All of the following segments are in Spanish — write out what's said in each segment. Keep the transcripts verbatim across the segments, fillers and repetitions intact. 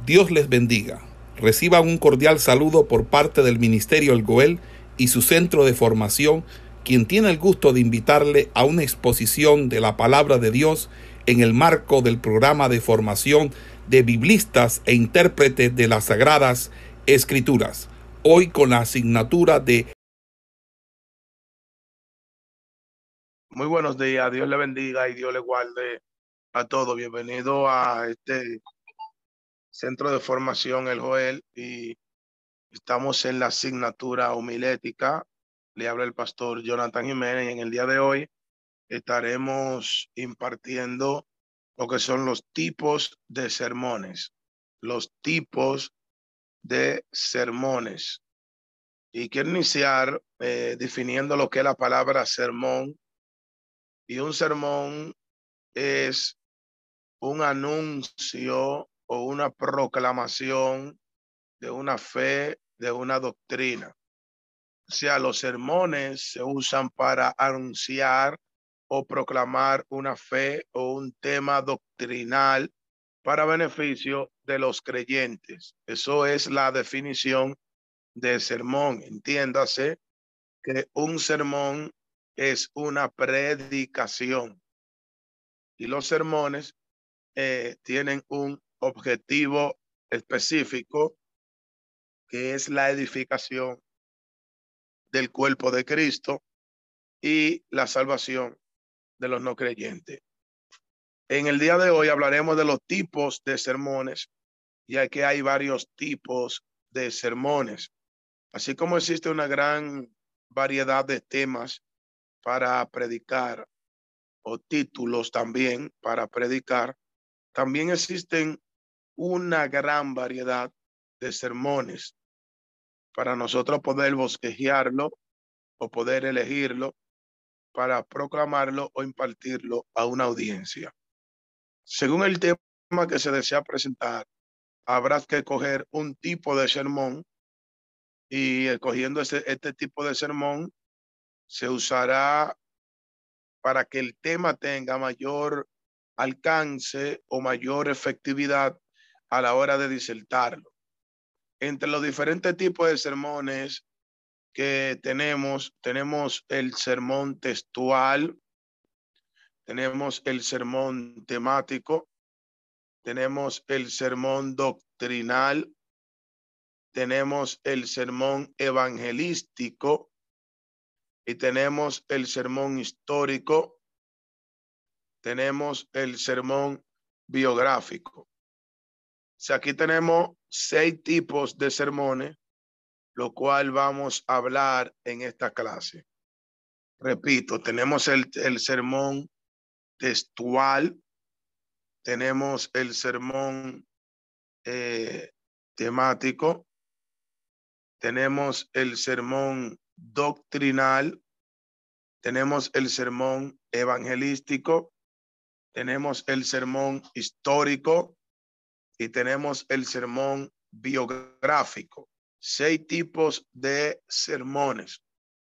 Dios les bendiga. Reciban un cordial saludo por parte del Ministerio El Goel y su centro de formación, quien tiene el gusto de invitarle a una exposición de la palabra de Dios en el marco del programa de formación de biblistas e intérpretes de las Sagradas Escrituras, hoy con la asignatura de... Muy buenos días, Dios le bendiga y Dios le guarde a todos. Bienvenido a este centro de formación El Goel y estamos en la asignatura homilética. Le habla el pastor Jonathan Jiménez y en el día de hoy estaremos impartiendo lo que son los tipos de sermones, los tipos de sermones. Y quiero iniciar eh, definiendo lo que es la palabra sermón. Y un sermón es un anuncio o una proclamación de una fe, de una doctrina. O sea, los sermones se usan para anunciar o proclamar una fe o un tema doctrinal para beneficio de los creyentes. Eso es la definición de sermón. Entiéndase que un sermón es una predicación y los sermones eh, tienen un objetivo específico que es la edificación del cuerpo de Cristo y la salvación de los no creyentes. En el día de hoy hablaremos de los tipos de sermones, ya que hay varios tipos de sermones. Así como existe una gran variedad de temas para predicar o títulos también para predicar, también existen una gran variedad de sermones para nosotros poder bosquejarlo o poder elegirlo para proclamarlo o impartirlo a una audiencia. Según el tema que se desea presentar, habrá que escoger un tipo de sermón y escogiendo este, este tipo de sermón se usará para que el tema tenga mayor alcance o mayor efectividad a la hora de disertarlo. Entre los diferentes tipos de sermones que tenemos, tenemos el sermón textual, tenemos el sermón temático, tenemos el sermón doctrinal, tenemos el sermón evangelístico y tenemos el sermón histórico, tenemos el sermón biográfico. O sea, aquí tenemos seis tipos de sermones, lo cual vamos a hablar en esta clase. Repito, tenemos el, el sermón textual, tenemos el sermón eh, temático, tenemos el sermón doctrinal, tenemos el sermón evangelístico, tenemos el sermón histórico y tenemos el sermón biográfico. Seis tipos de sermones: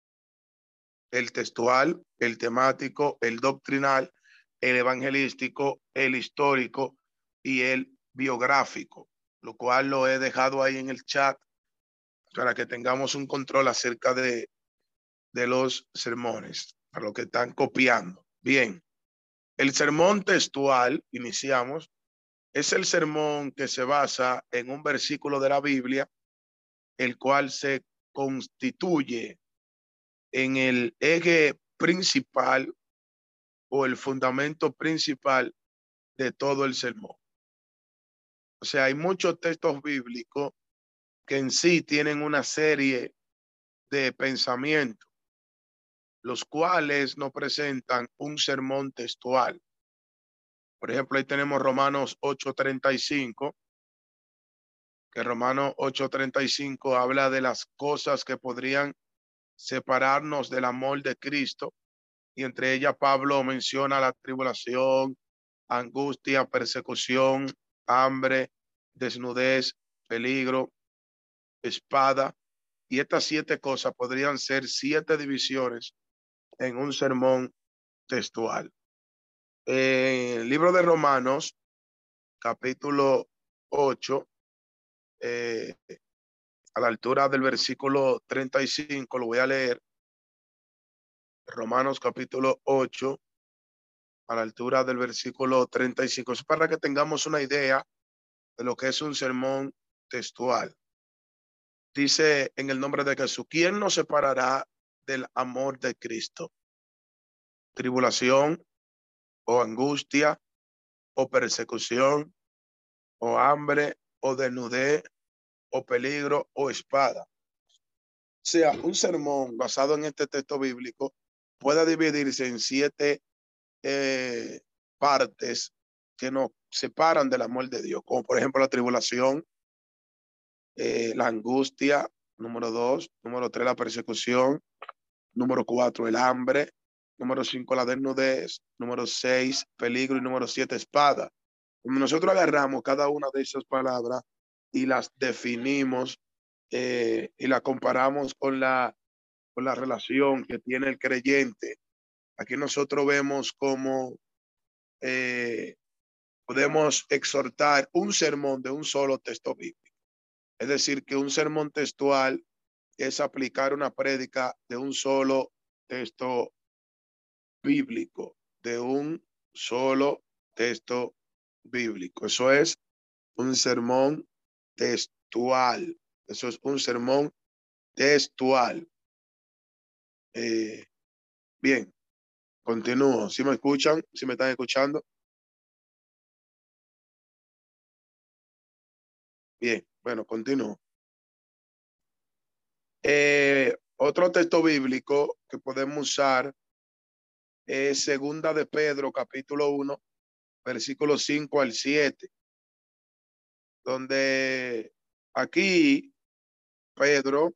el textual, el temático, el doctrinal, el evangelístico, el histórico y el biográfico, lo cual lo he dejado ahí en el chat para que tengamos un control acerca de, de los sermones, para los que están copiando. Bien, el sermón textual, iniciamos, es el sermón que se basa en un versículo de la Biblia, el cual se constituye en el eje principal o el fundamento principal de todo el sermón. O sea, hay muchos textos bíblicos que en sí tienen una serie de pensamientos, los cuales nos presentan un sermón textual. Por ejemplo, ahí tenemos Romanos ocho treinta y cinco, que Romanos ocho treinta y cinco habla de las cosas que podrían separarnos del amor de Cristo, y entre ellas Pablo menciona la tribulación, angustia, persecución, hambre, desnudez, peligro, espada, y estas siete cosas podrían ser siete divisiones en un sermón textual. En el libro de Romanos, capítulo ocho, eh, a la altura del versículo treinta y cinco, lo voy a leer. Romanos capítulo ocho, a la altura del versículo treinta y cinco. Eso para que tengamos una idea de lo que es un sermón textual. Dice en el nombre de Jesús: ¿quién nos separará del amor de Cristo? Tribulación o angustia o persecución o hambre o desnudez o peligro o espada. O sea, un sermón basado en este texto bíblico puede dividirse en siete eh, partes que nos separan del amor de Dios, como por ejemplo la tribulación, eh, la angustia, número dos, número tres, la persecución, número cuatro, el hambre, número cinco, la desnudez, número seis, peligro, y número siete, espada. Cuando nosotros agarramos cada una de esas palabras y las definimos eh, y la comparamos con la, con la relación que tiene el creyente, aquí nosotros vemos cómo eh, podemos exhortar un sermón de un solo texto bíblico. Es decir, que un sermón textual es aplicar una prédica de un solo texto bíblico, de un solo texto bíblico. Eso es un sermón textual. Eso es un sermón textual. Eh, bien, continúo. ¿Sí me escuchan? ¿Sí me están escuchando? Bien, bueno, continúo. Eh, otro texto bíblico que podemos usar es Segunda de Pedro, capítulo uno, versículos cinco al siete, donde aquí Pedro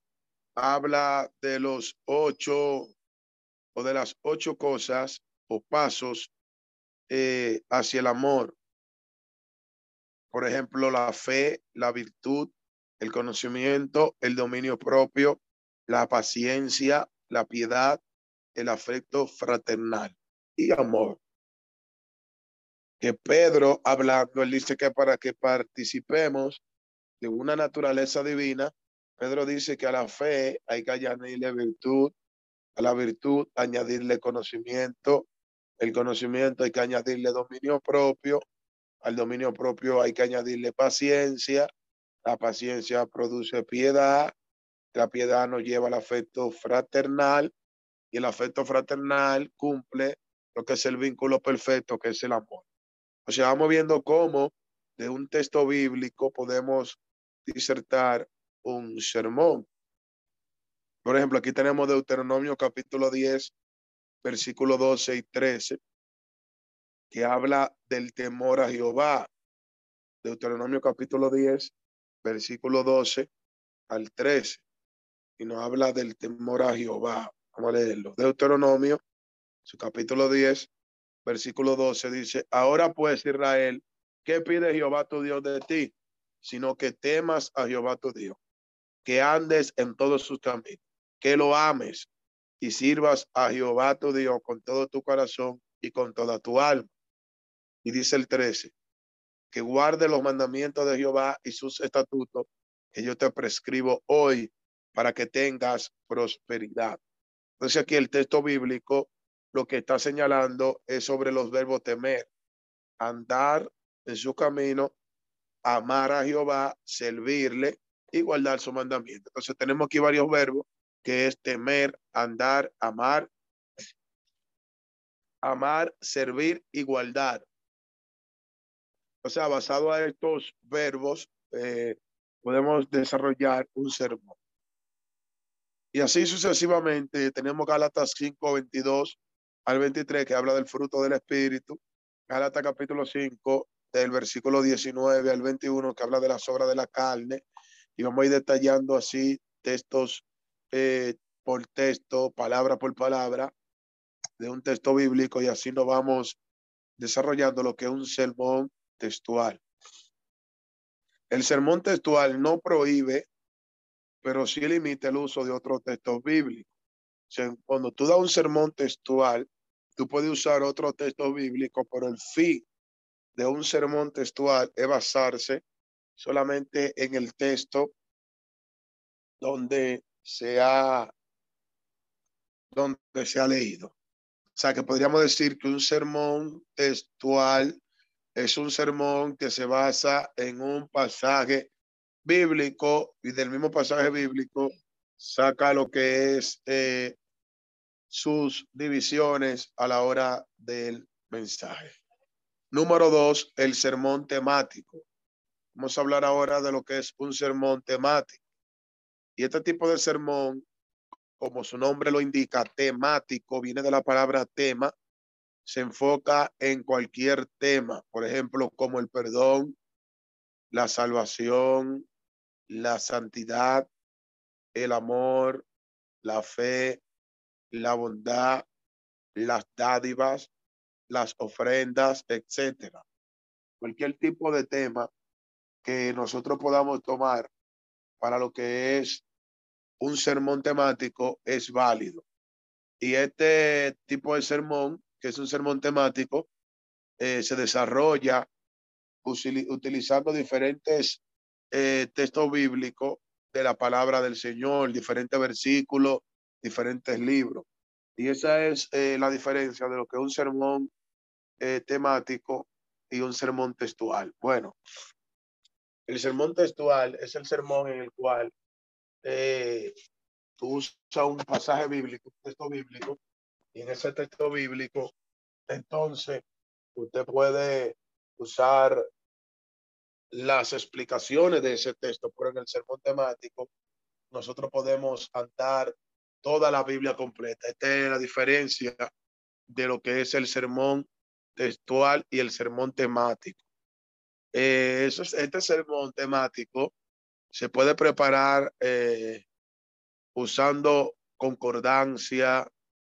habla de los ocho o de las ocho cosas o pasos eh, hacia el amor. Por ejemplo, la fe, la virtud, el conocimiento, el dominio propio, la paciencia, la piedad, el afecto fraternal y amor. Que Pedro, hablando, él dice que para que participemos de una naturaleza divina, Pedro dice que a la fe hay que añadirle virtud, a la virtud añadirle conocimiento, el conocimiento hay que añadirle dominio propio, al dominio propio hay que añadirle paciencia, la paciencia produce piedad, la piedad nos lleva al afecto fraternal y el afecto fraternal cumple lo que es el vínculo perfecto, que es el amor. O sea, vamos viendo cómo de un texto bíblico podemos disertar un sermón. Por ejemplo, aquí tenemos Deuteronomio capítulo diez, versículos doce y trece, que habla del temor a Jehová. Deuteronomio capítulo diez, versículo doce al trece, y nos habla del temor a Jehová. Vamos a leerlo. Deuteronomio, su capítulo diez, versículo doce, dice: ahora pues, Israel, ¿qué pide Jehová tu Dios de ti? Sino que temas a Jehová tu Dios, que andes en todos sus caminos, que lo ames y sirvas a Jehová tu Dios con todo tu corazón y con toda tu alma. Y dice el trece, que guarde los mandamientos de Jehová y sus estatutos que yo te prescribo hoy para que tengas prosperidad. Entonces aquí el texto bíblico lo que está señalando es sobre los verbos temer, andar en su camino, amar a Jehová, servirle y guardar su mandamiento. Entonces tenemos aquí varios verbos, que es temer, andar, amar, amar, servir y guardar. O sea, basado a estos verbos, eh, podemos desarrollar un sermón. Y así sucesivamente tenemos Gálatas cinco, veintidós al veintitrés, que habla del fruto del Espíritu. Gálatas capítulo cinco, del versículo diecinueve al veintiuno, que habla de las obras de la carne. Y vamos a ir detallando así textos eh, por texto, palabra por palabra, de un texto bíblico, y así nos vamos desarrollando lo que es un sermón textual. El sermón textual no prohíbe, pero sí limita el uso de otros textos bíblicos. O sea, cuando tú das un sermón textual, tú puedes usar otro texto bíblico, pero el fin de un sermón textual es basarse solamente en el texto donde se ha, donde se ha leído. O sea, que podríamos decir que un sermón textual es un sermón que se basa en un pasaje bíblico y del mismo pasaje bíblico saca lo que es eh, sus divisiones a la hora del mensaje. Número dos, el sermón temático. Vamos a hablar ahora de lo que es un sermón temático. Y este tipo de sermón, como su nombre lo indica, temático, viene de la palabra tema, se enfoca en cualquier tema, por ejemplo, como el perdón, la salvación, la santidad, el amor, la fe, la bondad, las dádivas, las ofrendas, etcétera. Cualquier tipo de tema que nosotros podamos tomar para lo que es un sermón temático es válido. Y este tipo de sermón, que es un sermón temático, eh, se desarrolla utilizando diferentes eh, textos bíblicos de la palabra del Señor, diferentes versículos, diferentes libros. Y esa es eh, la diferencia de lo que es un sermón eh, temático y un sermón textual. Bueno, el sermón textual es el sermón en el cual eh, tú usas un pasaje bíblico, un texto bíblico, y en ese texto bíblico, entonces, usted puede usar las explicaciones de ese texto, pero en el sermón temático nosotros podemos andar toda la Biblia completa. Esta es la diferencia de lo que es el sermón textual y el sermón temático. Eh, eso es, este sermón temático se puede preparar eh, usando concordancia,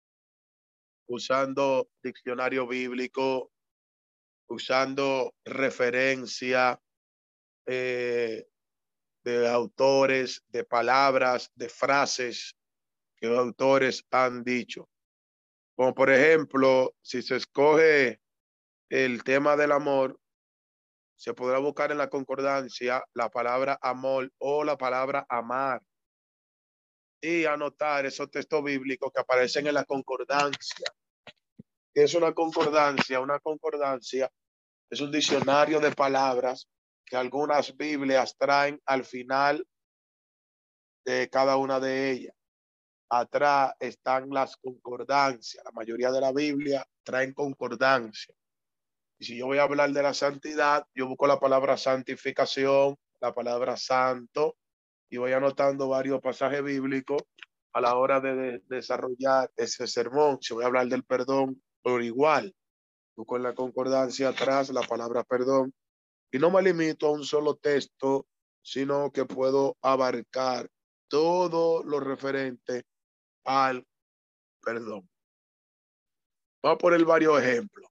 usando diccionario bíblico, usando referencia eh, de autores, de palabras, de frases que los autores han dicho. Como por ejemplo, si se escoge el tema del amor, se podrá buscar en la concordancia la palabra amor o la palabra amar y anotar esos textos bíblicos que aparecen en la concordancia. ¿Qué es una concordancia? Una concordancia es un diccionario de palabras que algunas Biblias traen al final de cada una de ellas. Atrás están las concordancias. La mayoría de la Biblia traen concordancia. Y si yo voy a hablar de la santidad, yo busco la palabra santificación, la palabra santo, y voy anotando varios pasajes bíblicos a la hora de, de desarrollar ese sermón. Si voy a hablar del perdón, por igual, busco en la concordancia atrás la palabra perdón. Y no me limito a un solo texto, sino que puedo abarcar todo lo referente al perdón. Vamos a poner varios ejemplos.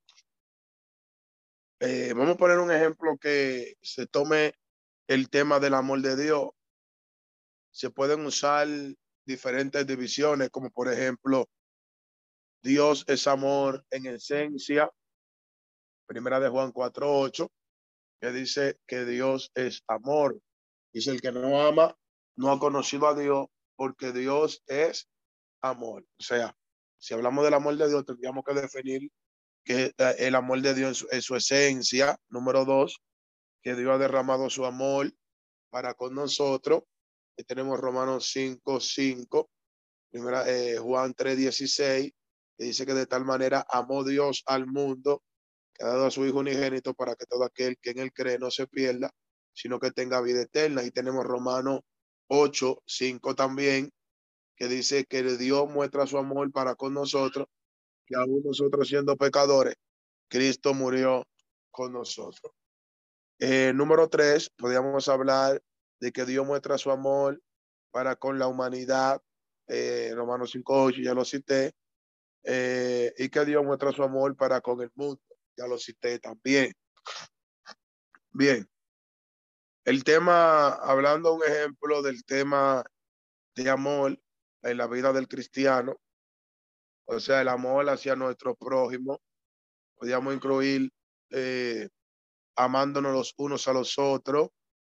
Eh, vamos a poner un ejemplo que se tome el tema del amor de Dios. Se pueden usar diferentes divisiones, como por ejemplo, Dios es amor en esencia. Primera de Juan cuatro ocho, que dice que Dios es amor. Dice el que no ama, no ha conocido a Dios, porque Dios es amor. O sea, si hablamos del amor de Dios, tendríamos que definir que el amor de Dios es su esencia. Número dos, que Dios ha derramado su amor para con nosotros. Y tenemos Romanos cinco cinco, primera, eh, Juan tres dieciséis, que dice que de tal manera amó Dios al mundo, que ha dado a su Hijo unigénito para que todo aquel que en él cree no se pierda, sino que tenga vida eterna. Y tenemos Romanos ocho cinco también, que dice que Dios muestra su amor para con nosotros, que aún nosotros siendo pecadores, Cristo murió con nosotros. Eh, número tres, podríamos hablar de que Dios muestra su amor para con la humanidad, eh, Romanos cinco ocho, ya lo cité, eh, y que Dios muestra su amor para con el mundo, ya lo cité también. Bien, el tema, hablando un ejemplo del tema de amor en la vida del cristiano, o sea, el amor hacia nuestro prójimo, podríamos incluir eh, amándonos los unos a los otros,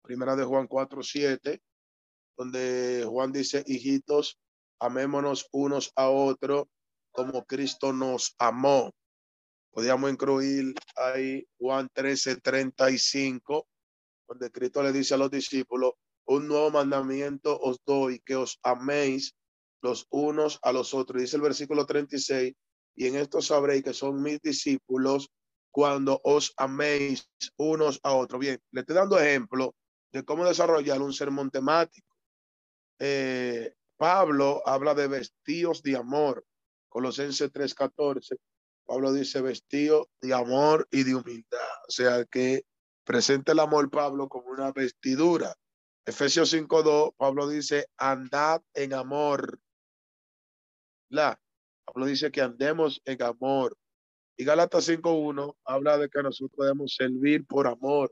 Primera de Juan cuatro, siete, donde Juan dice, hijitos, amémonos unos a otros como Cristo nos amó. Podríamos incluir ahí Juan trece, treinta y cinco, donde Cristo le dice a los discípulos, un nuevo mandamiento os doy, que os améis los unos a los otros. Dice el versículo treinta y seis, y en esto sabréis que son mis discípulos cuando os améis unos a otros. Bien, le estoy dando ejemplo de cómo desarrollar un sermón temático. Eh, Pablo habla de vestidos de amor. Colosenses tres catorce. Pablo dice vestido de amor y de humildad. O sea que presenta el amor Pablo como una vestidura. Efesios cinco dos, Pablo dice andad en amor. La, Pablo dice que andemos en amor. Y Gálatas cinco uno habla de que nosotros debemos servir por amor.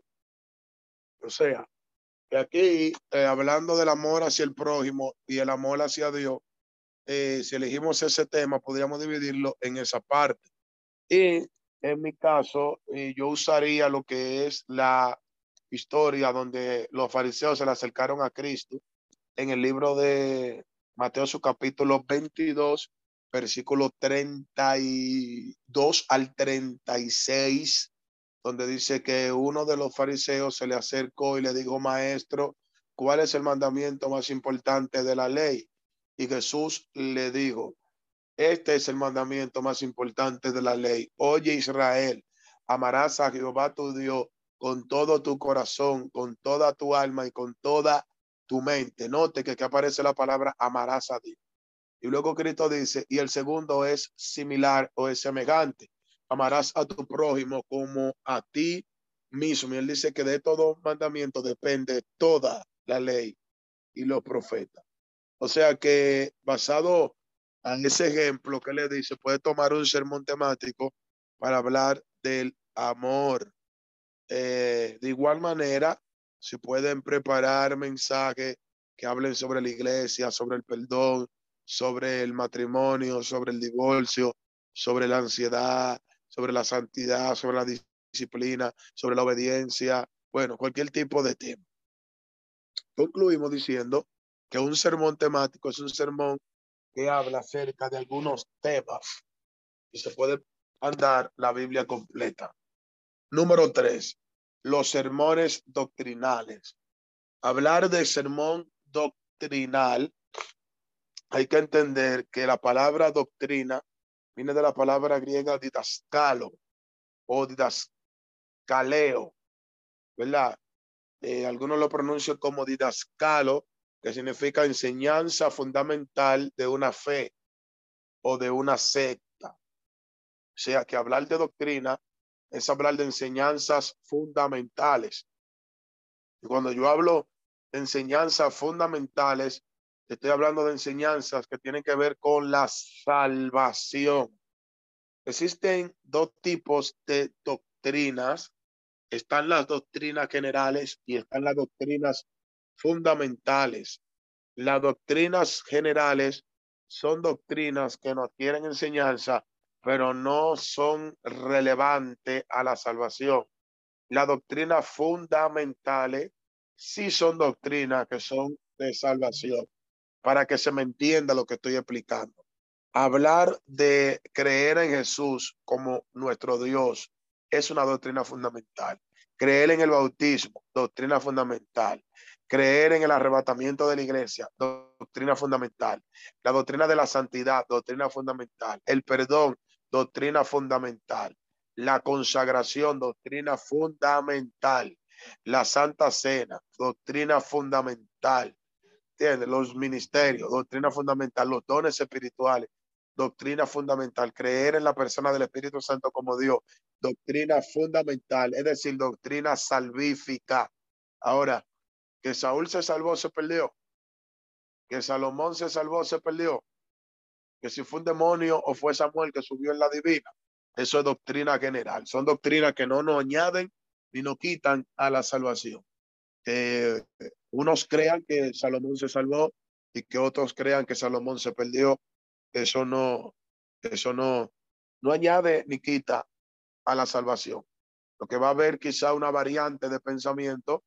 O sea, que aquí, eh, hablando del amor hacia el prójimo y el amor hacia Dios, eh, si elegimos ese tema, podríamos dividirlo en esa parte. Y en mi caso, eh, yo usaría lo que es la historia donde los fariseos se le acercaron a Cristo en el libro de Mateo, su capítulo veintidós, versículo treinta y dos al treinta y seis, donde dice que uno de los fariseos se le acercó y le dijo, maestro, ¿cuál es el mandamiento más importante de la ley? Y Jesús le dijo, este es el mandamiento más importante de la ley. Oye, Israel, amarás a Jehová tu Dios con todo tu corazón, con toda tu alma y con toda tu mente. Note que aquí aparece la palabra amarás a Dios. Y luego Cristo dice, y el segundo es similar o es semejante. Amarás a tu prójimo como a ti mismo. Y él dice que de todo mandamiento depende toda la ley y los profetas. O sea que basado en ese ejemplo que le dice, puede tomar un sermón temático para hablar del amor. Eh, de igual manera, si pueden preparar mensajes que hablen sobre la iglesia, sobre el perdón, sobre el matrimonio, sobre el divorcio, sobre la ansiedad, sobre la santidad, sobre la disciplina, sobre la obediencia, bueno, cualquier tipo de tema. Concluimos diciendo que un sermón temático es un sermón que habla acerca de algunos temas y se puede andar la Biblia completa. Número tres, los sermones doctrinales. Hablar de sermón doctrinal, hay que entender que la palabra doctrina viene de la palabra griega didascalo o didascaleo, ¿verdad? Eh, algunos lo pronuncian como didascalo, que significa enseñanza fundamental de una fe o de una secta. O sea que hablar de doctrina es hablar de enseñanzas fundamentales. Y cuando yo hablo de enseñanzas fundamentales, estoy hablando de enseñanzas que tienen que ver con la salvación. Existen dos tipos de doctrinas. Están las doctrinas generales y están las doctrinas fundamentales. Las doctrinas generales son doctrinas que nos quieren enseñanza, pero no son relevantes a la salvación. Las doctrinas fundamentales sí son doctrinas que son de salvación, para que se me entienda lo que estoy explicando. Hablar de creer en Jesús como nuestro Dios es una doctrina fundamental. Creer en el bautismo, doctrina fundamental. Creer en el arrebatamiento de la iglesia, doctrina fundamental. La doctrina de la santidad, doctrina fundamental. El perdón, doctrina fundamental. La consagración, doctrina fundamental. La Santa Cena, doctrina fundamental. ¿Entiendes? Los ministerios, doctrina fundamental. Los dones espirituales, doctrina fundamental. Creer en la persona del Espíritu Santo como Dios, doctrina fundamental. Es decir, doctrina salvífica. Ahora, que Saúl se salvó, se perdió. Que Salomón se salvó, se perdió. Que si fue un demonio o fue Samuel que subió en la divina. Eso es doctrina general. Son doctrinas que no nos añaden ni nos quitan a la salvación. Que unos crean que Salomón se salvó y que otros crean que Salomón se perdió. Eso no, eso no, no añade ni quita a la salvación. Lo que va a haber quizá una variante de pensamiento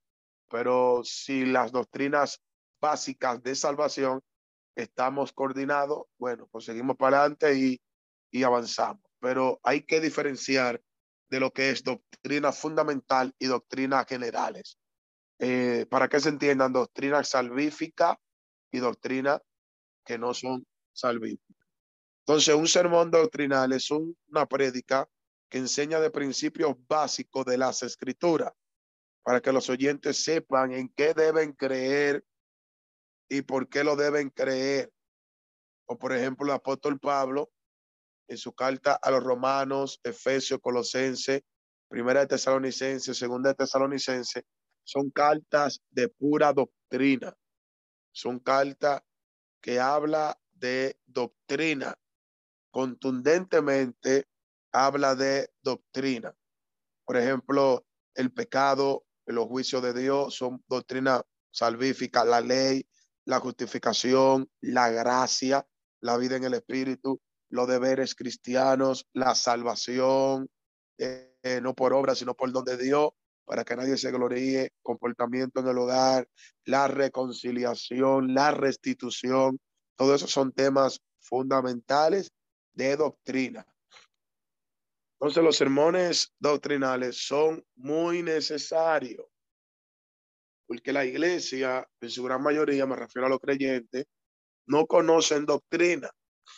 pero si las doctrinas básicas de salvación estamos coordinados, bueno, pues seguimos para adelante y, y avanzamos. Pero hay que diferenciar de lo que es doctrina fundamental y doctrinas generales. Eh, para que se entiendan, doctrina salvífica y doctrina que no son salvíficas. Entonces, un sermón doctrinal es un, una prédica que enseña de principios básicos de las escrituras, para que los oyentes sepan en qué deben creer y por qué lo deben creer. O por ejemplo, el apóstol Pablo, en su carta a los romanos, Efesios, Colosenses, primera de Tesalonicenses, segunda de Tesalonicenses, son cartas de pura doctrina. Son cartas que habla de doctrina. Contundentemente habla de doctrina. Por ejemplo, el pecado, los juicios de Dios son doctrina salvífica, la ley, la justificación, la gracia, la vida en el Espíritu, los deberes cristianos, la salvación, eh, eh, no por obra, sino por don de Dios, para que nadie se gloríe, comportamiento en el hogar, la reconciliación, la restitución, todo eso son temas fundamentales de doctrina. Entonces los sermones doctrinales son muy necesarios porque la iglesia, en su gran mayoría, me refiero a los creyentes, no conocen doctrina,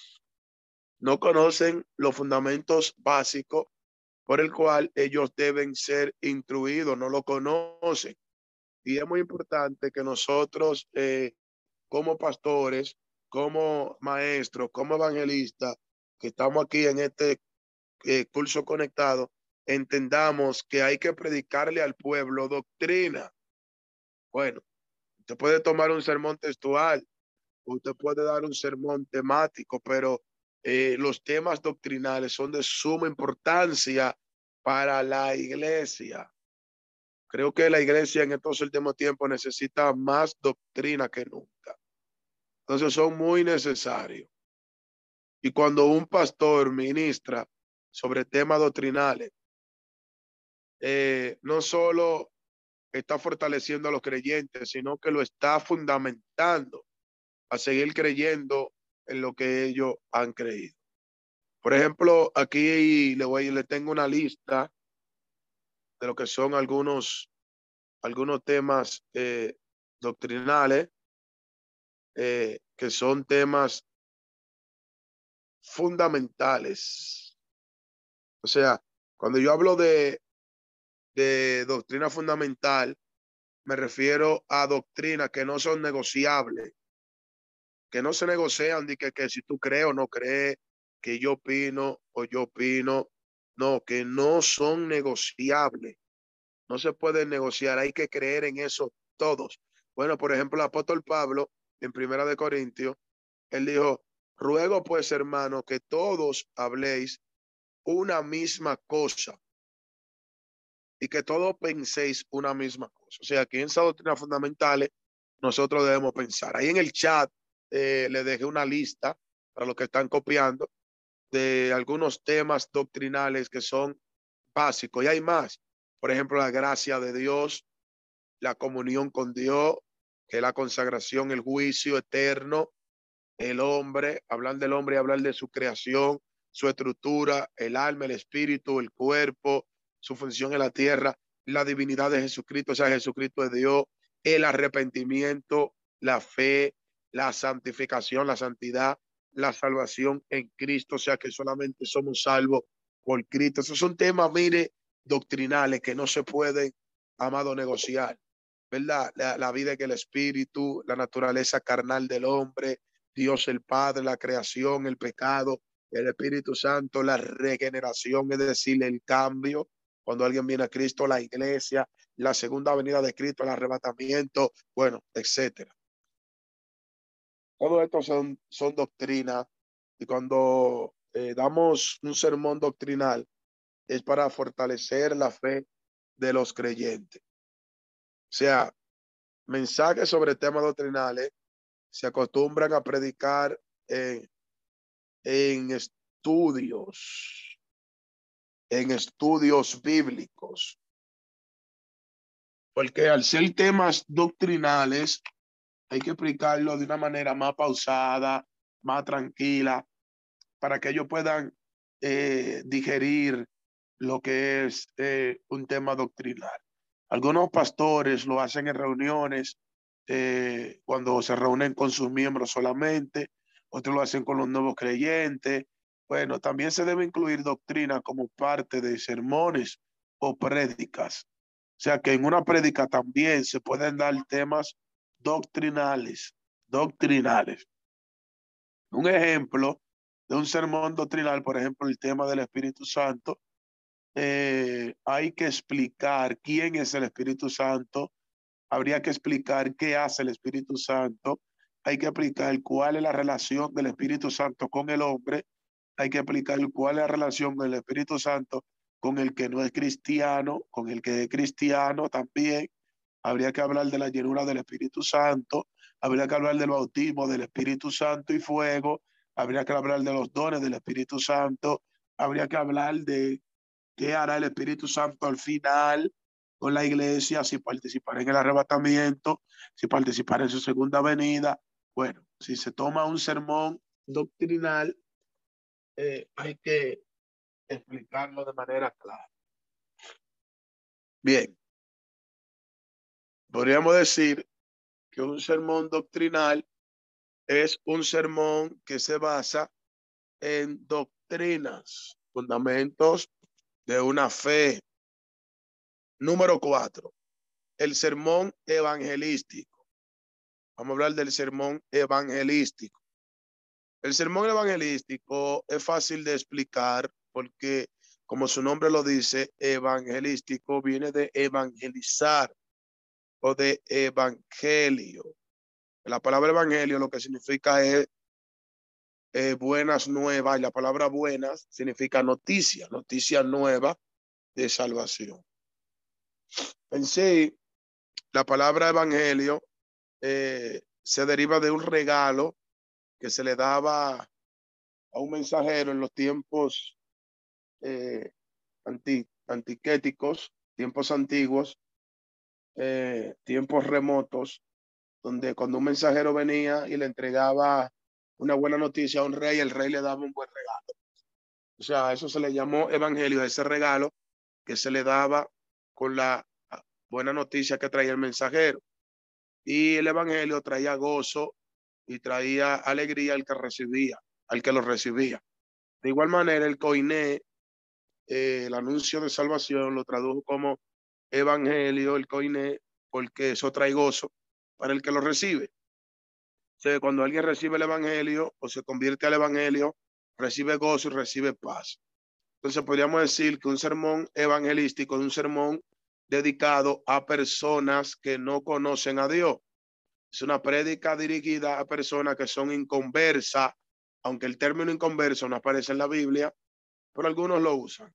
no conocen los fundamentos básicos por el cual ellos deben ser instruidos, no lo conocen. Y es muy importante que nosotros, eh, como pastores, como maestros, como evangelistas, que estamos aquí en este eh, curso conectado, entendamos que hay que predicarle al pueblo doctrina. Bueno, usted puede tomar un sermón textual, usted puede dar un sermón temático, pero eh, los temas doctrinales son de suma importancia para la iglesia. Creo que la iglesia en estos últimos tiempos necesita más doctrina que nunca. Entonces son muy necesarios. Y cuando un pastor ministra sobre temas doctrinales, eh, no solo está fortaleciendo a los creyentes, sino que lo está fundamentando a seguir creyendo en lo que ellos han creído. Por ejemplo, aquí le voy, le tengo una lista de lo que son algunos, algunos temas eh, doctrinales, eh, que son temas fundamentales. O sea, cuando yo hablo de, de doctrina fundamental, me refiero a doctrinas que no son negociables, que no se negocian de que, que si tú crees o no crees, que yo opino o yo opino, no, que no son negociables, no se pueden negociar, hay que creer en eso todos. Bueno, por ejemplo, el apóstol Pablo en Primera de Corintios, él dijo, ruego pues, hermano, que todos habléis una misma cosa y que todos penséis una misma cosa. O sea, aquí en esas doctrinas fundamentales nosotros debemos pensar. Ahí en el chat eh, le dejé una lista para los que están copiando de algunos temas doctrinales que son básicos. Y hay más. Por ejemplo, la gracia de Dios, la comunión con Dios, que es la consagración, el juicio eterno, el hombre, hablar del hombre y hablar de su creación, su estructura, el alma, el espíritu, el cuerpo, su función en la tierra, la divinidad de Jesucristo, o sea, Jesucristo es Dios, el arrepentimiento, la fe, la santificación, la santidad, la salvación en Cristo, o sea, que solamente somos salvos por Cristo. Esos son temas, mire, doctrinales que no se pueden, amado, negociar, ¿verdad? La, la vida en el espíritu, la naturaleza carnal del hombre, Dios el Padre, la creación, el pecado, el Espíritu Santo, la regeneración, es decir, el cambio. Cuando alguien viene a Cristo, la iglesia, la segunda venida de Cristo, el arrebatamiento, bueno, etcétera. Todo esto son, son doctrinas y cuando eh, damos un sermón doctrinal es para fortalecer la fe de los creyentes. O sea, mensajes sobre temas doctrinales se acostumbran a predicar en, en estudios, en estudios bíblicos. porque al ser temas doctrinales hay que explicarlo de una manera más pausada, más tranquila, para que ellos puedan eh, digerir lo que es eh, un tema doctrinal. Algunos pastores lo hacen en reuniones, eh, cuando se reúnen con sus miembros solamente, otros lo hacen con los nuevos creyentes. Bueno, también se debe incluir doctrina como parte de sermones o prédicas. O sea que en una prédica también se pueden dar temas doctrinales, doctrinales. Un ejemplo de un sermón doctrinal, por ejemplo, el tema del Espíritu Santo, eh, hay que explicar quién es el Espíritu Santo, habría que explicar qué hace el Espíritu Santo, hay que explicar cuál es la relación del Espíritu Santo con el hombre, hay que explicar cuál es la relación del Espíritu Santo con el que no es cristiano, con el que es cristiano también. Habría que hablar de la llenura del Espíritu Santo, habría que hablar del bautismo del Espíritu Santo y fuego, habría que hablar de los dones del Espíritu Santo, habría que hablar de qué hará el Espíritu Santo al final con la iglesia, si participará en el arrebatamiento, si participará en su segunda venida. Bueno, si se toma un sermón doctrinal, eh, hay que explicarlo de manera clara. Bien, podríamos decir que un sermón doctrinal es un sermón que se basa en doctrinas, fundamentos de una fe. Número cuatro, el sermón evangelístico. Vamos a hablar del sermón evangelístico. El sermón evangelístico es fácil de explicar porque, como su nombre lo dice, evangelístico viene de evangelizar o de evangelio. La palabra evangelio lo que significa es eh, buenas nuevas, y la palabra buenas significa noticia, noticia nueva de salvación. En sí, la palabra evangelio eh, se deriva de un regalo que se le daba a un mensajero en los tiempos eh, anti, antiquéticos, tiempos antiguos, eh, tiempos remotos, donde cuando un mensajero venía y le entregaba una buena noticia a un rey, el rey le daba un buen regalo. O sea, eso se le llamó evangelio, ese regalo que se le daba con la buena noticia que traía el mensajero. Y el evangelio traía gozo y traía alegría al que recibía, al que lo recibía. De igual manera, el koiné, eh, el anuncio de salvación, lo tradujo como evangelio, el koiné, porque eso trae gozo para el que lo recibe. O sea, cuando alguien recibe el evangelio o se convierte al evangelio, recibe gozo y recibe paz. Entonces podríamos decir que un sermón evangelístico es un sermón dedicado a personas que no conocen a Dios. Es una prédica dirigida a personas que son inconversas, aunque el término inconverso no aparece en la Biblia, pero algunos lo usan.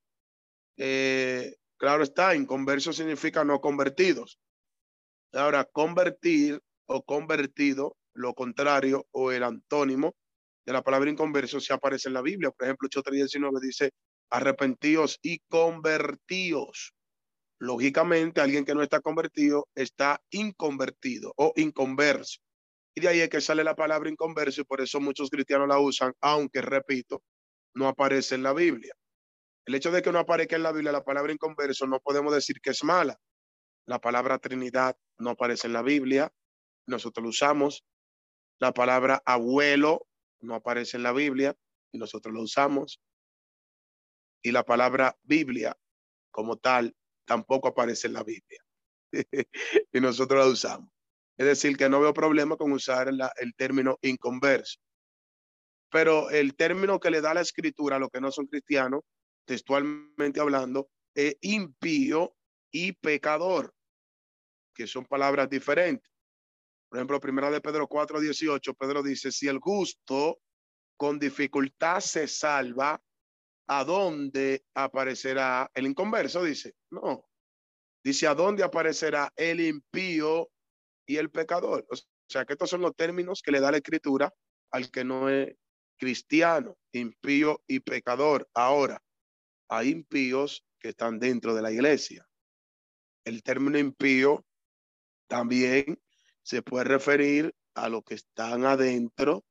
Eh, claro está, inconverso significa no convertidos. Ahora, convertir o convertido, lo contrario o el antónimo de la palabra inconverso se aparece en la Biblia. Por ejemplo, ocho tres diecinueve dice, arrepentíos y convertíos. Lógicamente, alguien que no está convertido está inconvertido o inconverso. Y de ahí es que sale la palabra inconverso y por eso muchos cristianos la usan, aunque, repito, no aparece en la Biblia. El hecho de que no aparezca en la Biblia la palabra inconverso no podemos decir que es mala. La palabra Trinidad no aparece en la Biblia, nosotros lo usamos. La palabra abuelo no aparece en la Biblia y nosotros lo usamos. Y la palabra Biblia como tal tampoco aparece en la Biblia y nosotros la usamos. Es decir, que no veo problema con usar la, el término inconverso. Pero el término que le da la escritura a los que no son cristianos, textualmente hablando, es impío y pecador, que son palabras diferentes. Por ejemplo, primera de Pedro cuatro dieciocho, Pedro dice, si el justo con dificultad se salva, ¿a dónde aparecerá el inconverso? Dice, no. Dice, ¿a dónde aparecerá el impío y el pecador? O sea, que estos son los términos que le da la escritura al que no es cristiano, impío y pecador. Ahora, hay impíos que están dentro de la iglesia. El término impío también se puede referir a los que están adentro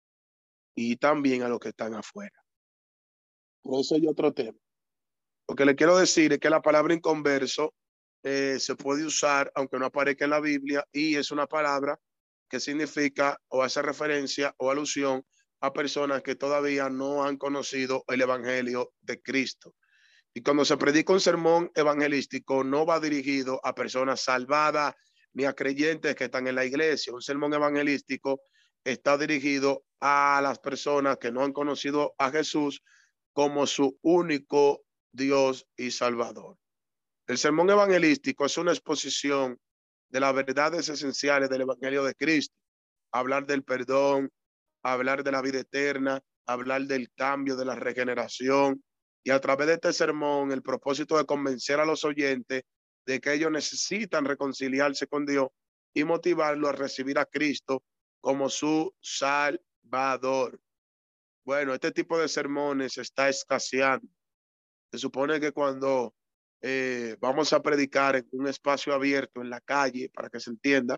y también a los que están afuera. Por eso hay otro tema. Lo que le quiero decir es que la palabra inconverso eh, se puede usar aunque no aparezca en la Biblia, y es una palabra que significa o hace referencia o alusión a personas que todavía no han conocido el evangelio de Cristo. Y cuando se predica un sermón evangelístico, no va dirigido a personas salvadas ni a creyentes que están en la iglesia. Un sermón evangelístico está dirigido a las personas que no han conocido a Jesús como su único Dios y Salvador. El sermón evangelístico es una exposición de las verdades esenciales del evangelio de Cristo. Hablar del perdón, hablar de la vida eterna, hablar del cambio, de la regeneración. Y a través de este sermón, el propósito de convencer a los oyentes de que ellos necesitan reconciliarse con Dios y motivarlo a recibir a Cristo como su Salvador. Bueno, este tipo de sermones está escaseando. Se supone que cuando eh, vamos a predicar en un espacio abierto, en la calle, para que se entienda,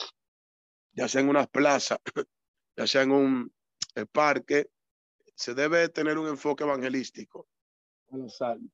ya sea en una plaza, ya sea en un eh, parque, se debe tener un enfoque evangelístico a las almas.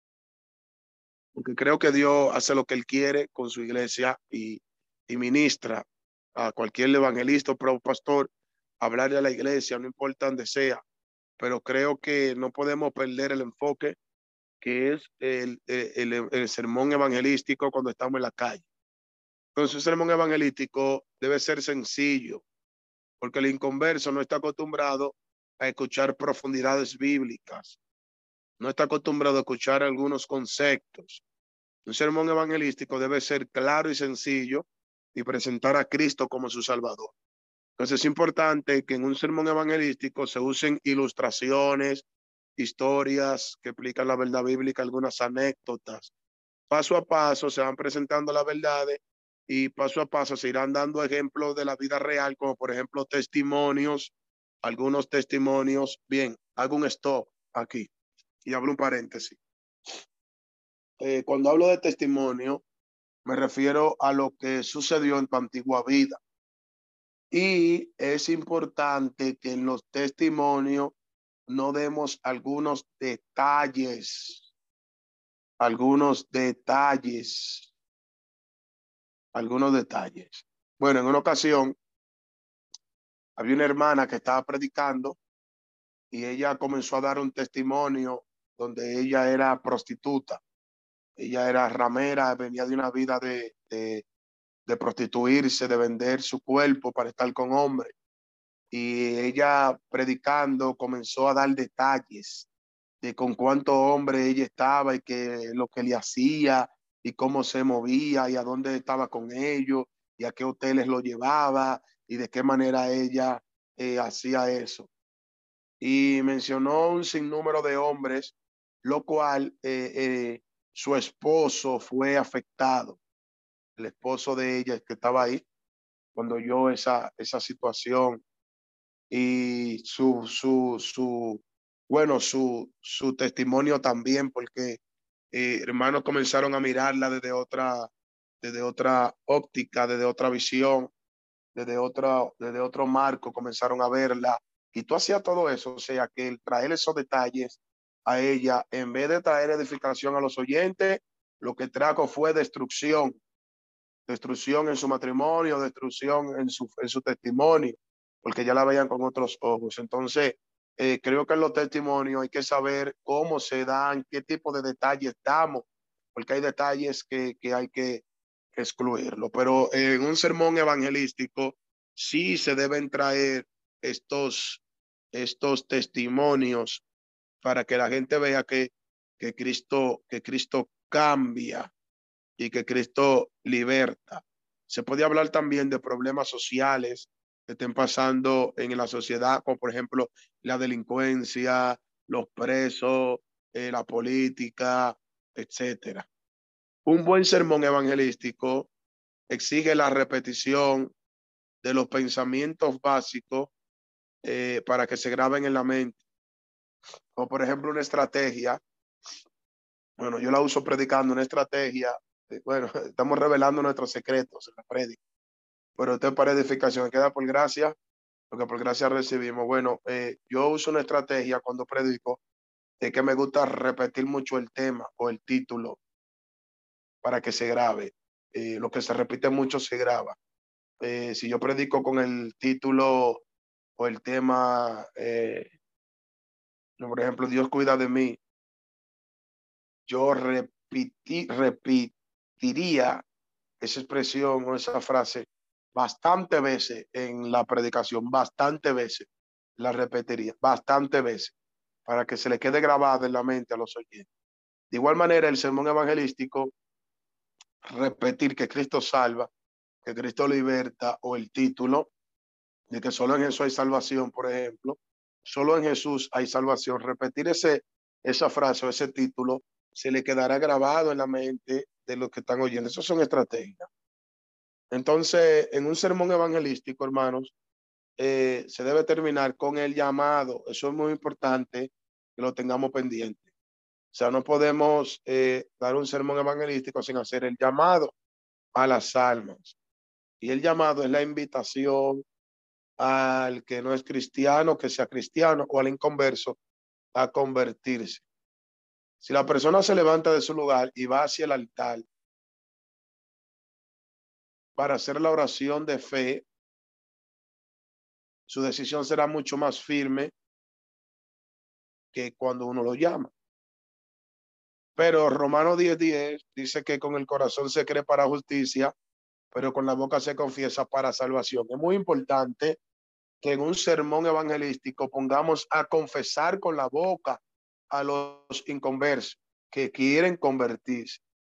Porque creo que Dios hace lo que Él quiere con su iglesia y, y ministra a cualquier evangelista o pastor, hablarle a la iglesia, no importa donde sea. Pero creo que no podemos perder el enfoque que es el, el, el, el sermón evangelístico cuando estamos en la calle. Entonces, el sermón evangelístico debe ser sencillo, porque el inconverso no está acostumbrado a escuchar profundidades bíblicas, no está acostumbrado a escuchar algunos conceptos. Un sermón evangelístico debe ser claro y sencillo y presentar a Cristo como su Salvador. Entonces es importante que en un sermón evangelístico se usen ilustraciones, historias que explican la verdad bíblica, algunas anécdotas. Paso a paso se van presentando las verdades y paso a paso se irán dando ejemplos de la vida real, como por ejemplo testimonios, algunos testimonios. Bien, hago un stop aquí y abro un paréntesis. Eh, cuando hablo de testimonio, me refiero a lo que sucedió en tu antigua vida. Y es importante que en los testimonios no demos algunos detalles, algunos detalles, algunos detalles. Bueno, en una ocasión había una hermana que estaba predicando y ella comenzó a dar un testimonio donde ella era prostituta. Ella era ramera, venía de una vida de, de, de prostituirse, de vender su cuerpo para estar con hombres. Y ella predicando comenzó a dar detalles de con cuántos hombres ella estaba y que lo que le hacía y cómo se movía y a dónde estaba con ellos y a qué hoteles lo llevaba y de qué manera ella eh, hacía eso. Y mencionó un sinnúmero de hombres, lo cual eh, eh, su esposo fue afectado, el esposo de ella que estaba ahí cuando oyó esa, esa situación. Y su, su, su, bueno, su, su testimonio también, porque eh, hermanos comenzaron a mirarla desde otra, desde otra óptica, desde otra visión, desde, otra, desde otro marco, comenzaron a verla. Y tú hacías todo eso, o sea, que el traer esos detalles a ella, en vez de traer edificación a los oyentes, lo que trajo fue destrucción, destrucción en su matrimonio, destrucción en su, en su testimonio, porque ya la veían con otros ojos. Entonces, eh, creo que en los testimonios hay que saber cómo se dan, qué tipo de detalles damos, porque hay detalles que, que hay que excluirlo. Pero en un sermón evangelístico sí se deben traer estos, estos testimonios para que la gente vea que, que, Cristo, que Cristo cambia y que Cristo liberta. Se puede hablar también de problemas sociales que estén pasando en la sociedad, como por ejemplo la delincuencia, los presos, eh, la política, etcétera. Un buen sermón evangelístico exige la repetición de los pensamientos básicos eh, para que se graben en la mente. O por ejemplo una estrategia, bueno, yo la uso predicando, una estrategia Eh, Bueno, estamos revelando nuestros secretos en la prédica. Pero usted para edificación, queda por gracia, lo que por gracia recibimos. Bueno, eh, yo uso una estrategia cuando predico de que me gusta repetir mucho el tema o el título para que se grabe. Eh, lo que se repite mucho se graba. Eh, si yo predico con el título o el tema, eh, por ejemplo, Dios cuida de mí, yo repiti- repetiría esa expresión o esa frase bastante veces en la predicación, bastante veces la repetiría, bastante veces, para que se le quede grabada en la mente a los oyentes. De igual manera, el sermón evangelístico, repetir que Cristo salva, que Cristo liberta, o el título de que solo en Jesús hay salvación, por ejemplo, solo en Jesús hay salvación. Repetir ese, esa frase o ese título se le quedará grabado en la mente de los que están oyendo. Eso son estrategias. Entonces, en un sermón evangelístico, hermanos, eh, se debe terminar con el llamado. Eso es muy importante que lo tengamos pendiente. O sea, no podemos eh, dar un sermón evangelístico sin hacer el llamado a las almas. Y el llamado es la invitación al que no es cristiano, que sea cristiano, o al inconverso a convertirse. Si la persona se levanta de su lugar y va hacia el altar para hacer la oración de fe, su decisión será mucho más firme que cuando uno lo llama. Pero Romanos diez diez dice que con el corazón se cree para justicia, pero con la boca se confiesa para salvación. Es muy importante que en un sermón evangelístico pongamos a confesar con la boca a los inconversos que quieren convertirse.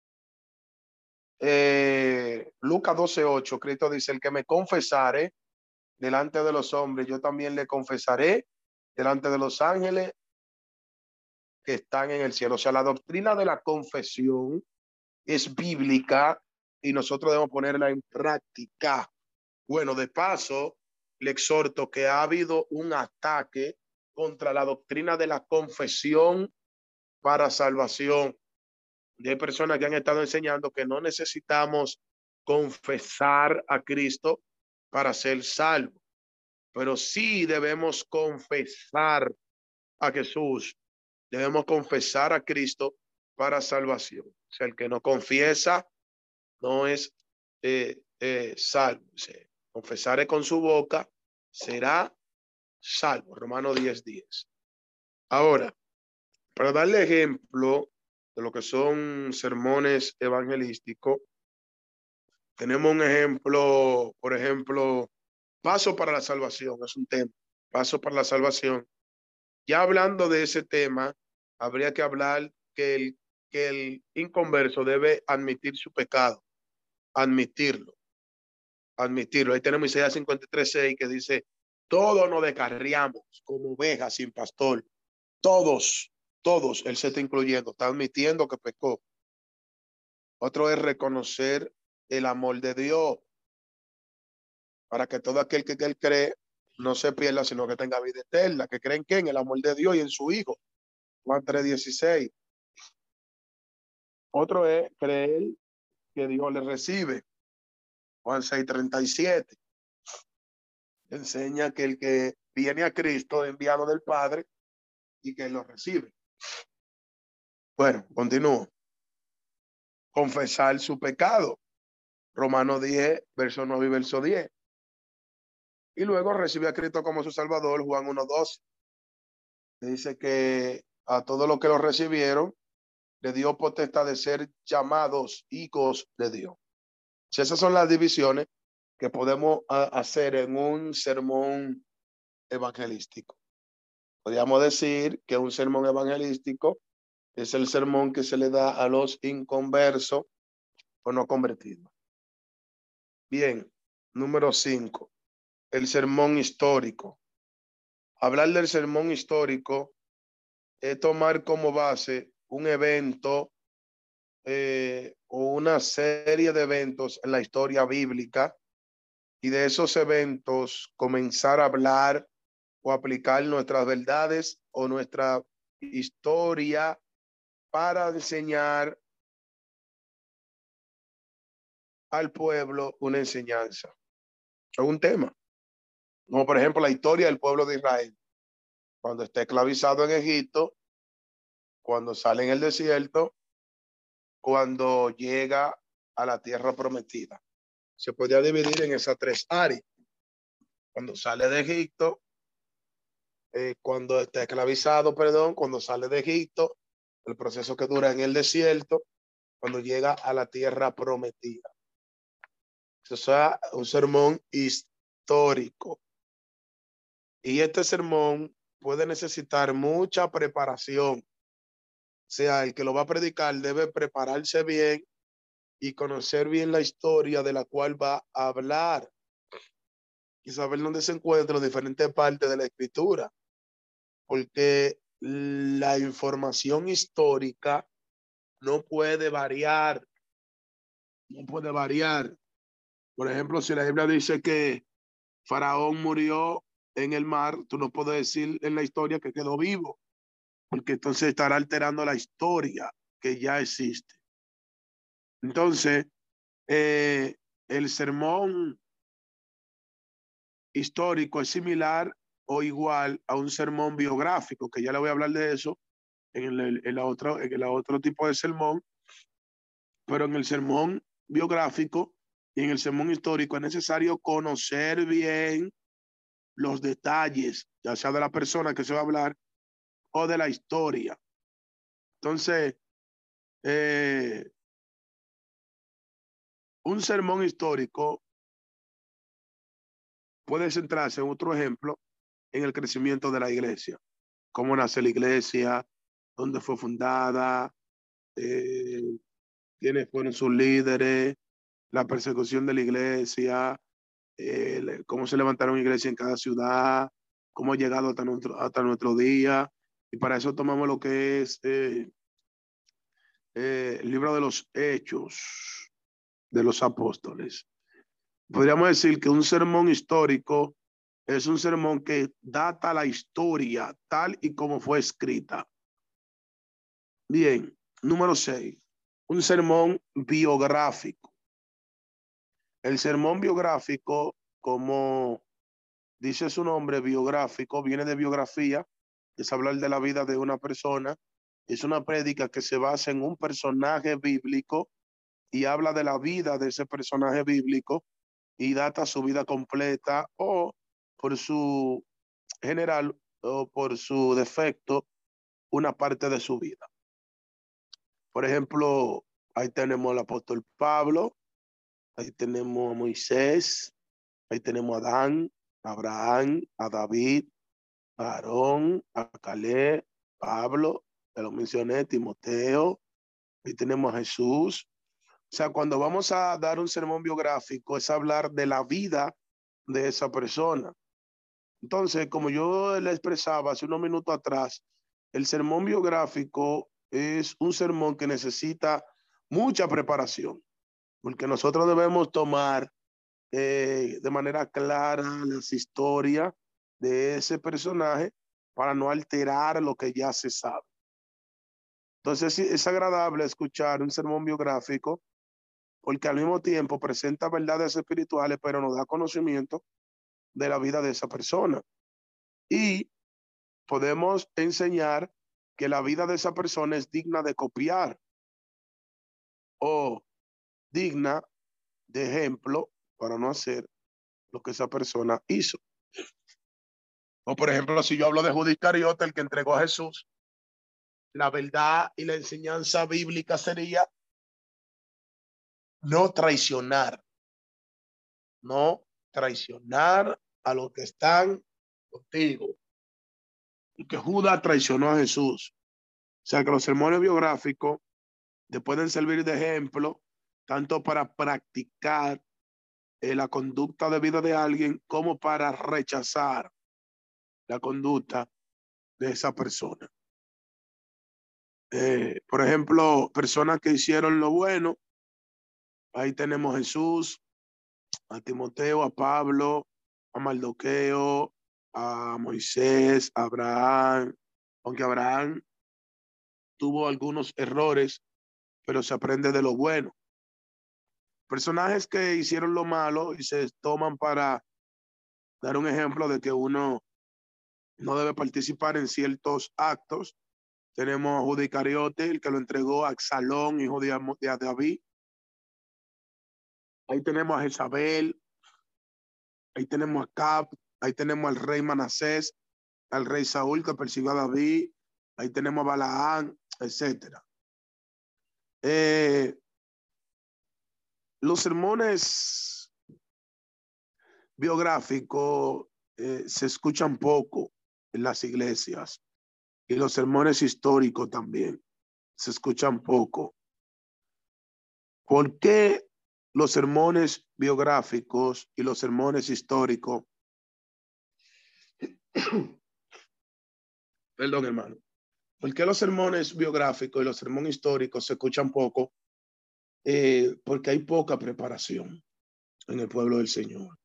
Eh, Lucas doce ocho, Cristo dice: el que me confesare delante de los hombres, yo también le confesaré delante de los ángeles que están en el cielo. O sea, la doctrina de la confesión es bíblica y nosotros debemos ponerla en práctica. Bueno, de paso, le exhorto que ha habido un ataque contra la doctrina de la confesión para salvación. Y hay personas que han estado enseñando que no necesitamos confesar a Cristo para ser salvos, pero sí debemos confesar a Jesús, debemos confesar a Cristo para salvación. O sea, el que no confiesa no es eh, eh, salvo. O sea, confesaré con su boca, será salvo. Romanos diez diez. Ahora, para darle ejemplo de lo que son sermones evangelísticos, tenemos un ejemplo, por ejemplo, paso para la salvación, es un tema, paso para la salvación. Ya hablando de ese tema, habría que hablar que el, que el inconverso debe admitir su pecado, admitirlo, admitirlo. Ahí tenemos Isaías cincuenta y tres seis que dice: todos nos descarriamos como ovejas sin pastor, todos, todos, él se está incluyendo, está admitiendo que pecó. Otro es reconocer el amor de Dios, para que todo aquel que, que él cree no se pierda, sino que tenga vida eterna, que creen que en el amor de Dios y en su Hijo. Juan tres dieciséis. Otro es creer que Dios le recibe. Juan seis treinta y siete. Enseña que el que viene a Cristo es enviado del Padre y que él lo recibe. Bueno, continúo. Confesar su pecado. Romanos diez, verso nueve y verso diez. Y luego recibe a Cristo como su Salvador. Juan uno doce. Dice que a todos los que lo recibieron le dio potestad de ser llamados hijos de Dios. Si esas son las divisiones que podemos a, hacer en un sermón evangelístico. Podríamos decir que un sermón evangelístico es el sermón que se le da a los inconversos o no convertidos. Bien, número cinco, el sermón histórico. Hablar del sermón histórico es tomar como base un evento eh, o una serie de eventos en la historia bíblica y de esos eventos comenzar a hablar o aplicar nuestras verdades o nuestra historia para enseñar al pueblo una enseñanza, es un tema. Como por ejemplo la historia del pueblo de Israel, cuando está esclavizado en Egipto, cuando sale en el desierto, cuando llega a la tierra prometida. Se podría dividir en esas tres áreas. Cuando sale de Egipto, eh, cuando está esclavizado, perdón, cuando sale de Egipto, el proceso que dura en el desierto, cuando llega a la tierra prometida. Eso es un sermón histórico. Y este sermón puede necesitar mucha preparación. O sea, el que lo va a predicar debe prepararse bien y conocer bien la historia de la cual va a hablar y saber dónde se encuentran diferentes partes de la escritura, porque la información histórica no puede variar, no puede variar. Por ejemplo, si la Biblia dice que Faraón murió en el mar, tú no puedes decir en la historia que quedó vivo, porque entonces estará alterando la historia que ya existe. Entonces, eh, el sermón histórico es similar o igual a un sermón biográfico, que ya le voy a hablar de eso en el, en la otra, en el otro tipo de sermón, pero en el sermón biográfico y en el sermón histórico es necesario conocer bien los detalles, ya sea de la persona que se va a hablar o de la historia. Entonces, eh, un sermón histórico puede centrarse en otro ejemplo en el crecimiento de la iglesia, cómo nace la iglesia, dónde fue fundada, eh, quiénes fueron sus líderes, la persecución de la iglesia, eh, cómo se levantaron iglesias en cada ciudad, cómo ha llegado hasta nuestro, hasta nuestro día. Y para eso tomamos lo que es eh, eh, el libro de los Hechos de los Apóstoles. Podríamos decir que un sermón histórico es un sermón que data la historia tal y como fue escrita. Bien, número seis, un sermón biográfico. El sermón biográfico, como dice su nombre, biográfico, viene de biografía, es hablar de la vida de una persona. Es una prédica que se basa en un personaje bíblico y habla de la vida de ese personaje bíblico y data su vida completa o por su general o por su defecto una parte de su vida. Por ejemplo, ahí tenemos al apóstol Pablo, ahí tenemos a Moisés, ahí tenemos a Adán, a Abraham, a David, a Aarón, a Caleb, Pablo, te lo mencioné, Timoteo, ahí tenemos a Jesús. O sea, cuando vamos a dar un sermón biográfico es hablar de la vida de esa persona. Entonces, como yo le expresaba hace unos minutos atrás, el sermón biográfico es un sermón que necesita mucha preparación, porque nosotros debemos tomar eh, de manera clara las historias de ese personaje para no alterar lo que ya se sabe. Entonces, es agradable escuchar un sermón biográfico porque al mismo tiempo presenta verdades espirituales, pero nos da conocimiento de la vida de esa persona. Y podemos enseñar que la vida de esa persona es digna de copiar o digna de ejemplo para no hacer lo que esa persona hizo. O por ejemplo, si yo hablo de Judas Iscariote, el que entregó a Jesús, la verdad y la enseñanza bíblica sería no traicionar, no traicionar a los que están contigo. Y que Judas traicionó a Jesús. O sea que los sermones biográficos te pueden servir de ejemplo tanto para practicar eh, la conducta de vida de alguien como para rechazar la conducta de esa persona. Eh, por ejemplo, personas que hicieron lo bueno, ahí tenemos a Jesús, a Timoteo, a Pablo, a Mardoqueo, a Moisés, a Abraham, aunque Abraham tuvo algunos errores, pero se aprende de lo bueno. Personajes que hicieron lo malo y se toman para dar un ejemplo de que uno no debe participar en ciertos actos. Tenemos a Judas Iscariote, el que lo entregó a Absalón, hijo de, de David. Ahí tenemos a Jezabel. Ahí tenemos a Acab. Ahí tenemos al rey Manasés, al rey Saúl que persiguió a David. Ahí tenemos a Balaán, etcétera. Eh, los sermones biográficos eh, se escuchan poco en las iglesias, y los sermones históricos también se escuchan poco. ¿Por qué los sermones biográficos y los sermones históricos? Perdón, hermano. ¿Por qué los sermones biográficos y los sermones históricos se escuchan poco? Eh, porque hay poca preparación en el pueblo del Señor.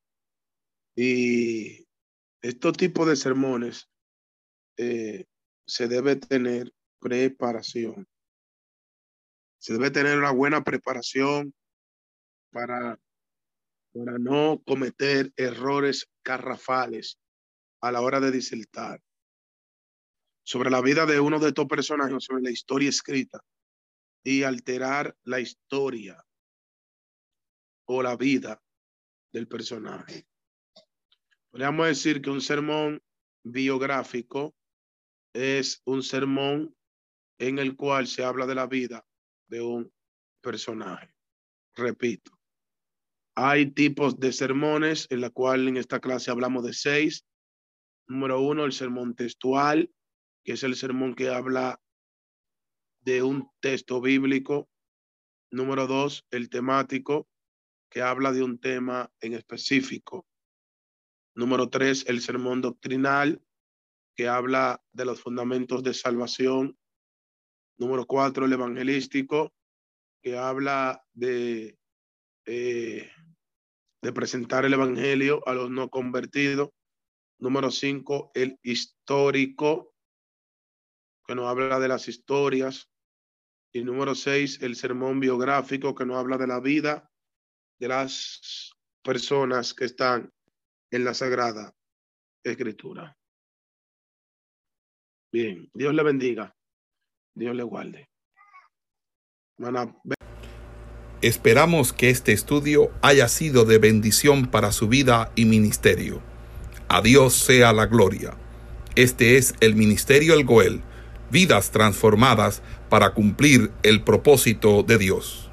Y estos tipos de sermones eh, se debe tener preparación. Se debe tener una buena preparación para, para no cometer errores garrafales a la hora de disertar sobre la vida de uno de estos personajes, sobre la historia escrita, y alterar la historia o la vida del personaje. Podríamos decir que un sermón biográfico es un sermón en el cual se habla de la vida de un personaje. Repito, hay tipos de sermones en la cual en esta clase hablamos de seis. Número uno, el sermón textual, que es el sermón que habla de un texto bíblico. Número dos, el temático, que habla de un tema en específico. Número tres, el sermón doctrinal, que habla de los fundamentos de salvación. Número cuatro, el evangelístico, que habla de, eh, de presentar el evangelio a los no convertidos. Número cinco, el histórico, que nos habla de las historias. Y número seis, el sermón biográfico, que nos habla de la vida de las personas que están en la Sagrada Escritura. Bien, Dios le bendiga. Dios le guarde. Hermana, esperamos que este estudio haya sido de bendición para su vida y ministerio. A Dios sea la gloria. Este es el Ministerio El Goel, vidas transformadas para cumplir el propósito de Dios.